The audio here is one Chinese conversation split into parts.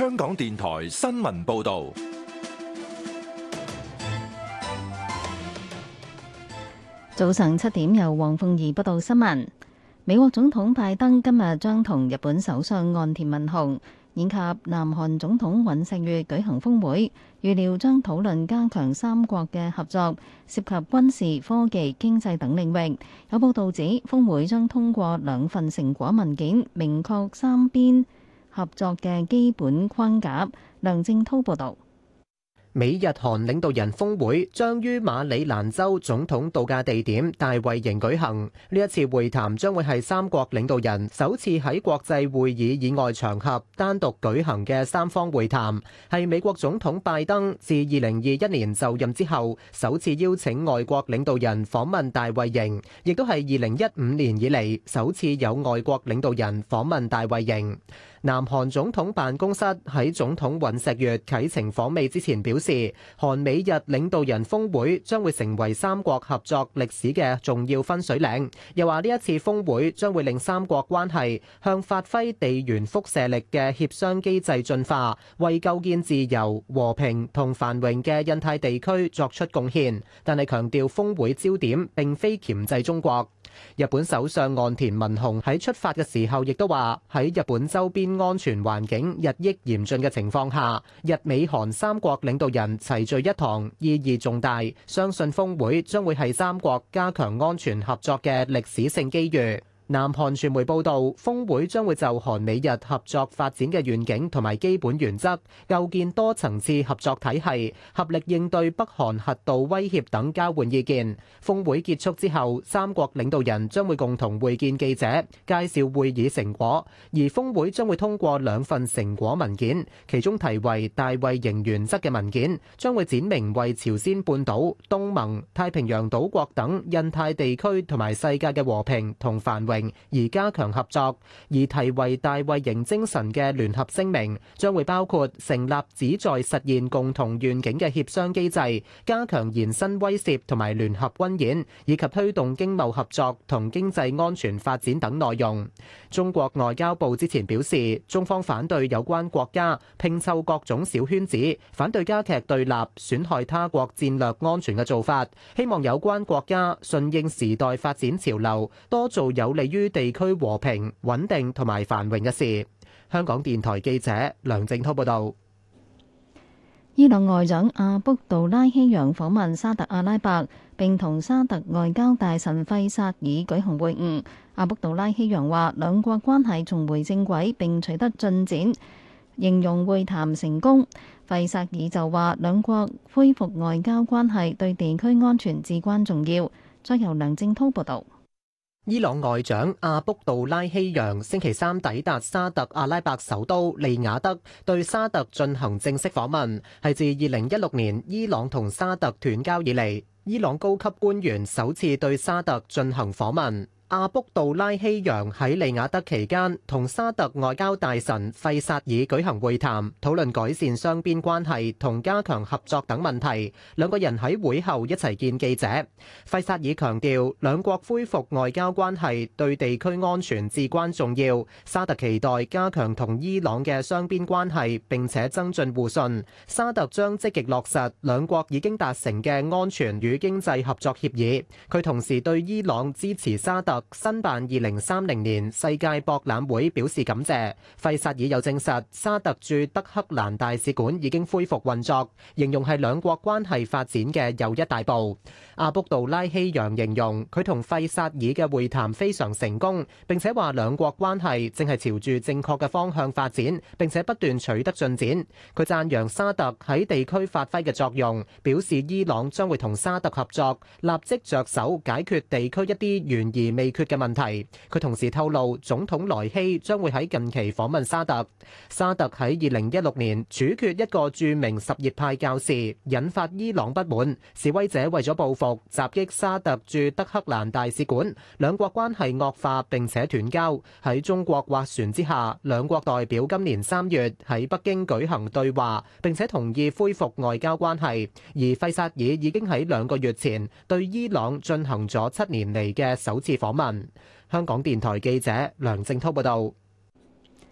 香港電台新聞報道。 早上7點，由黃鳳儀報道新聞。美國總統拜登今日將同日本首相岸田文雄以及南韓總統尹錫悅舉行峰會，預料將討論加強三國嘅合作，涉及軍事、科技、經濟等領域。有報道指，峰會將通過2份成果文件，明確三邊合作嘅基本框架。梁正滔報導。 美日韓領導人峰會將於馬里蘭州總統度假地點大衛營舉行。呢一次會談將會係三國領導人首次喺國際會議以外場合單獨舉行嘅三方會談，係美國總統拜登自2021年就任之後首次邀請外國領導人訪問大衛營，亦都係2015年以嚟首次有外國領導人訪問大衛營。南韓總統辦公室喺總統尹錫悅啟程訪美之前表示，韓美日領導人峰會將會成為三國合作歷史嘅重要分水嶺。又話呢一次峰會將會令三國關係向發揮地緣輻射力嘅協商機制進化，為構建自由、和平同繁榮嘅印太地區作出貢獻。但係強調峰會焦點並非鉗制中國。日本首相岸田文雄喺出發嘅時候亦都話，喺日本周邊安全環境日益嚴峻嘅情況下，日美韓三國領導人齊聚一堂，意義重大，相信峰會將會係三國加強安全合作嘅歷史性機遇。南韓傳媒報道，峰會將會就韓美日合作發展嘅願景同埋基本原則，構建多層次合作體系，合力應對北韓核導威脅等交換意見。峰會結束之後，三國領導人將會共同會見記者，介紹會議成果。而峰會將會通過2份成果文件，其中題為大衛營原則嘅文件，將會展明為朝鮮半島、東盟、太平洋島國等印太地區同埋世界嘅和平同繁榮而加強合作，而題為大衛營精神嘅聯合聲明將會包括成立旨在實現共同願景嘅協商機制，加強延伸威懾同埋聯合軍演，以及推動經貿合作同經濟安全發展等內容。中國外交部之前表示，中方反對有關國家拼湊各種小圈子，反對加劇對立、損害他國戰略安全嘅做法，希望有關國家順應時代發展潮流，多做有利於地區和平穩定同埋繁榮嘅事。香港電台記者梁正滔報導。 伊朗外長阿卜杜拉希揚訪問沙特阿拉伯，並同沙特外交大臣費薩爾舉行會晤。阿卜杜拉希揚話，兩國關係重回正軌並取得進展，形容會談成功。費薩爾就話，兩國恢復外交關係對地區安全至關重要。再由梁正滔報導。 伊朗外長阿卜杜拉希揚星期三抵達沙特阿拉伯首都利雅德，對沙特進行正式訪問，係自2016年伊朗同沙特斷交以嚟，伊朗高級官員首次對沙特進行訪問。阿卜杜拉希揚喺利雅德期間同沙特外交大臣費薩爾舉行會談，討論改善雙邊關係同加強合作等問題。兩個人喺會後一齊見記者。費薩爾強調，兩國恢復外交關係對地區安全至關重要。沙特期待加強同伊朗嘅雙邊關係，並且增進互信。沙特將積極落實兩國已經達成嘅安全與經濟合作協議。佢同時對伊朗支持沙特申辦2030年世界博覽會表示感謝。費薩爾又證實，沙特駐德黑蘭大使館已經恢復運作，形容係兩國關係發展嘅又一大步。阿卜杜拉希揚形容佢同費薩爾嘅會談非常成功，並且話兩國關係正係朝住正確嘅方向發展，並且不斷取得進展。佢讚揚沙特喺地區發揮嘅作用，表示伊朗將會同沙特合作，立即着手解決地區一啲懸而未決嘅問題。佢同時透露，總統萊希將會喺近期訪問沙特。沙特喺2016年處決一個著名什葉派教士，引發伊朗不滿。示威者為咗報復，襲擊沙特駐德黑蘭大使館，兩國關係惡化並且斷交。喺中國斡旋之下，兩國代表今年3月喺北京舉行對話，並且同意恢復外交關係。而費薩爾已經喺2個月前對伊朗進行咗7年嚟嘅首次訪問。香港電台記者梁正滔報導。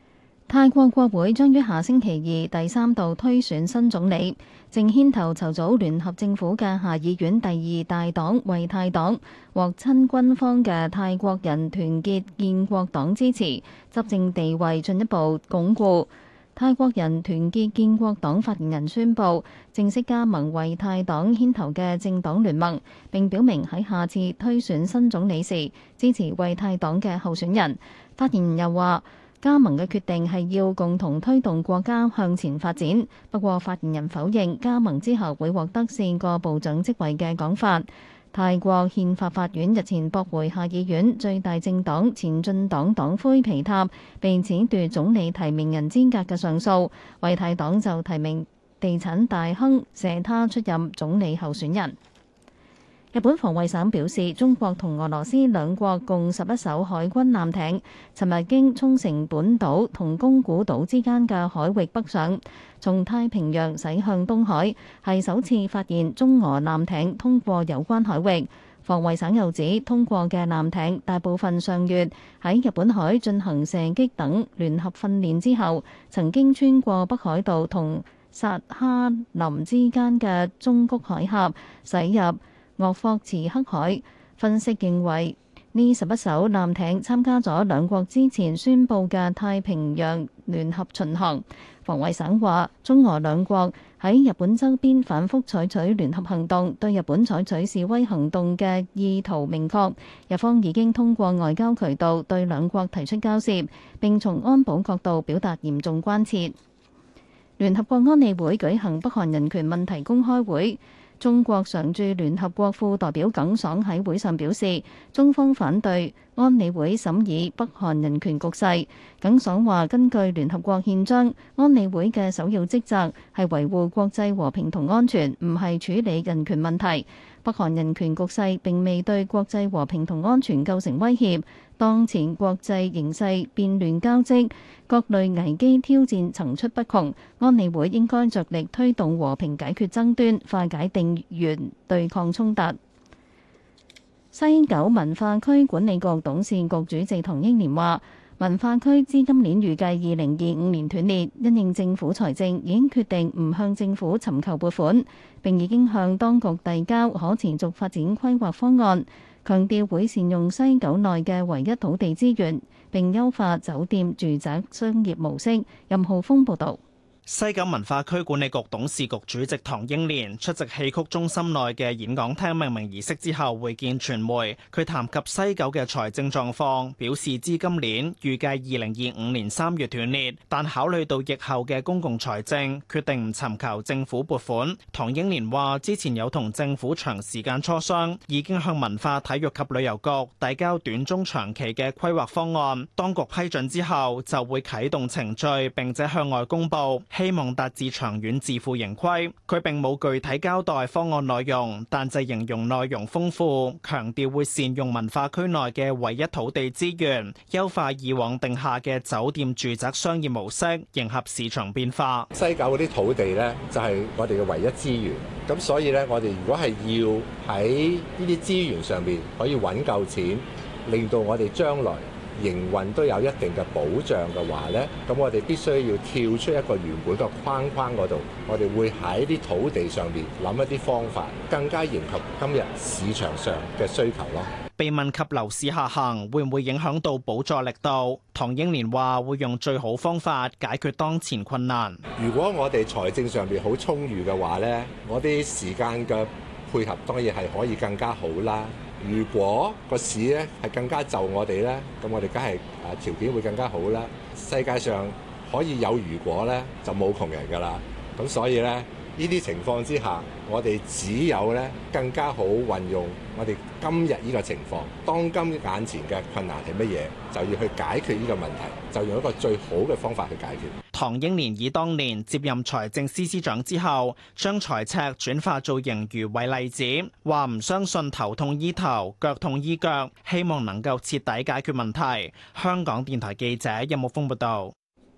泰國國會將於下星期二第三度推選新總理，正牽頭籌組聯合政府嘅下議院第二大黨為泰黨獲親軍方嘅泰國人團結建國黨支持，執政地位進一步鞏固。泰國人團結建國黨發言人宣布正式加盟為泰黨牽頭嘅政黨聯盟，並表明喺下次推選新總理時支持為泰黨嘅候選人。發言人又話，加盟嘅決定係要共同推動國家向前發展。不過，發言人否認加盟之後會獲得4個部長職位嘅講法。泰國憲法法院日前駁回下議院最大政黨前進黨黨魁皮塔被褫奪總理提名人資格嘅上訴，為泰黨就提名地產大亨謝他出任總理候選人。日本防衛省表示，中國同俄羅斯兩國共11艘海軍艦艇尋日經沖繩本島同宮古島之間嘅海域北上，從太平洋駛向東海，係首次發現中俄艦艇通過有關海域。防衛省又指，通過嘅艦艇大部分上月喺日本海進行射擊等聯合訓練之後，曾經穿過北海道同薩哈林之間嘅中谷海峽駛入鄂霍次克海。分析認為，呢11艘艦艇參加咗兩國之前宣布嘅太平洋聯合巡航。防衛省話，中俄兩國喺日本周邊反覆採取聯合行動，對日本採取示威行動嘅意圖明確。日方已經通過外交渠道對兩國提出交涉，並從安保角度表達嚴重關切。聯合國安理會舉行北韓人權問題公開會。中國常駐聯合國副代表耿爽喺會上表示，中方反對安理會審議北韓人權局勢。耿爽話，根據聯合國憲章，安理會嘅首要職責係維護國際和平同安全，唔係處理人權問題。北韓人權局勢並未對國際和平同安全構成威脅。當前國際形勢變亂交織，各類危機挑戰層出不窮，安理會應該着力推動和平解決爭端，化解地緣對抗衝突。西九文化區管理局董事局主席唐英年話，文化區資金鏈預計2025年斷裂，因應政府財政，已經決定唔向政府尋求撥款，並已經向當局遞交可持續發展規劃方案。強調會善用西九內嘅唯一土地資源，並優化酒店、住宅、商業模式。任浩峰報導。 西九文化區管理局董事局主席唐英年出席戲曲中心內嘅演講廳命名儀式之後會見傳媒，佢談及西九嘅財政狀況，表示資金鏈預計2025年3月斷裂，但考慮到疫後嘅公共財政，決定唔尋求政府撥款。唐英年話：之前有同政府長時間磋商，已經向文化體育及旅遊局遞交短中長期嘅規劃方案，當局批准之後就會啟動程序，並且向外公佈。希望達至長遠自負盈虧。佢並冇具體交代方案內容，但就形容內容豐富，強調會善用文化區內嘅唯一土地資源，優化以往定下嘅酒店、住宅、商業模式，迎合市場變化。 西九嗰啲土地呢，就係我哋嘅唯一資源。咁所以呢，我哋如果係要喺呢啲資源上面可以揾夠錢，令到我哋將來營運都有一定嘅保障嘅話呢，咁我哋必須要跳出一個原本嘅框框嗰度，我哋會喺啲土地上面諗一啲方法，更加迎合今日市場上嘅需求咯。 被問及樓市下行會唔會影響到補助力度，唐英年話會用最好方法解決當前困難。 如果我哋財政上面好充裕嘅話呢，我啲時間嘅配合當然係可以更加好啦。如果個市咧係更加就我哋咧，咁我哋梗係條件會更加好啦。世界上可以有如果咧，就冇窮人㗎啦。咁所以咧，呢啲情況之下，我哋只有咧更加好運用我哋今日呢個情況，當今眼前嘅困難係乜嘢，就要去解決呢個問題，就用一個最好嘅方法去解決。 唐英年以當年接任財政司司長之後，將財赤轉化做盈餘為例子，話唔相信頭痛醫頭，腳痛醫腳，希望能夠徹底解決問題。香港電台記者任木峰報道。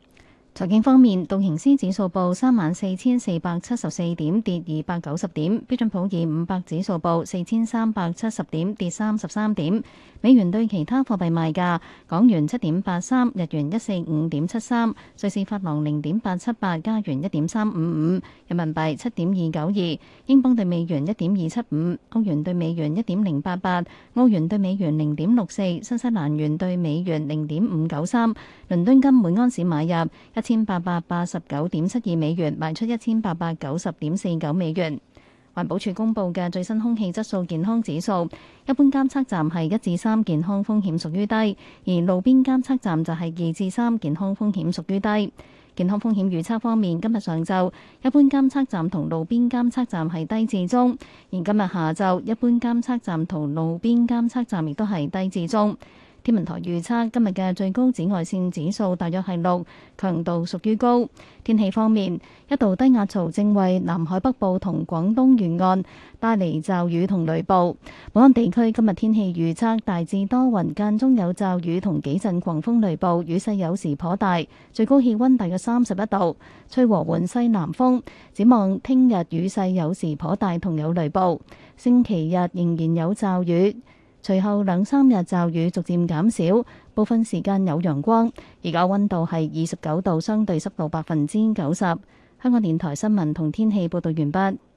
財經方面，道瓊斯指數報34,474點，跌290點；標準普爾500指數報4,370點，跌33點。美元對其他貨幣賣價：港元7.83，日元145.73，瑞士法郎0.878，加元1.355，人民幣7.292，英鎊對美元1.275，歐元對美元1.088，澳元對美元0.64，新西蘭元對美元0.593。倫敦金每安士買入1889.72美元，賣出1890.49美元。環保署公布嘅最新空氣質素健康指數，一般監測站係1至3，健康風險屬於低；而路邊監測站就係2至3，健康風險屬於低。健康風險預測方面，今日上晝一般監測站同路邊監測站係低至中，而今日下晝一般監測站同路邊監測站亦都係低至中。天文台預測今日嘅最高紫外線指數大約係6，強度屬於高。天氣方面，一道低壓槽正為南海北部同廣東沿岸帶嚟驟雨同雷暴。本港地區今日天氣預測大致多雲，間中有驟雨同幾陣狂風雷暴，雨勢有時頗大，最高氣溫大約31度，吹和緩西南風。展望聽日雨勢有時頗大同有雷暴，星期日仍然有驟雨。隨後2-3日驟雨逐漸減少，部分時間有陽光。而家溫度係29度，相對濕度90%。香港電台新聞同天氣報道完畢。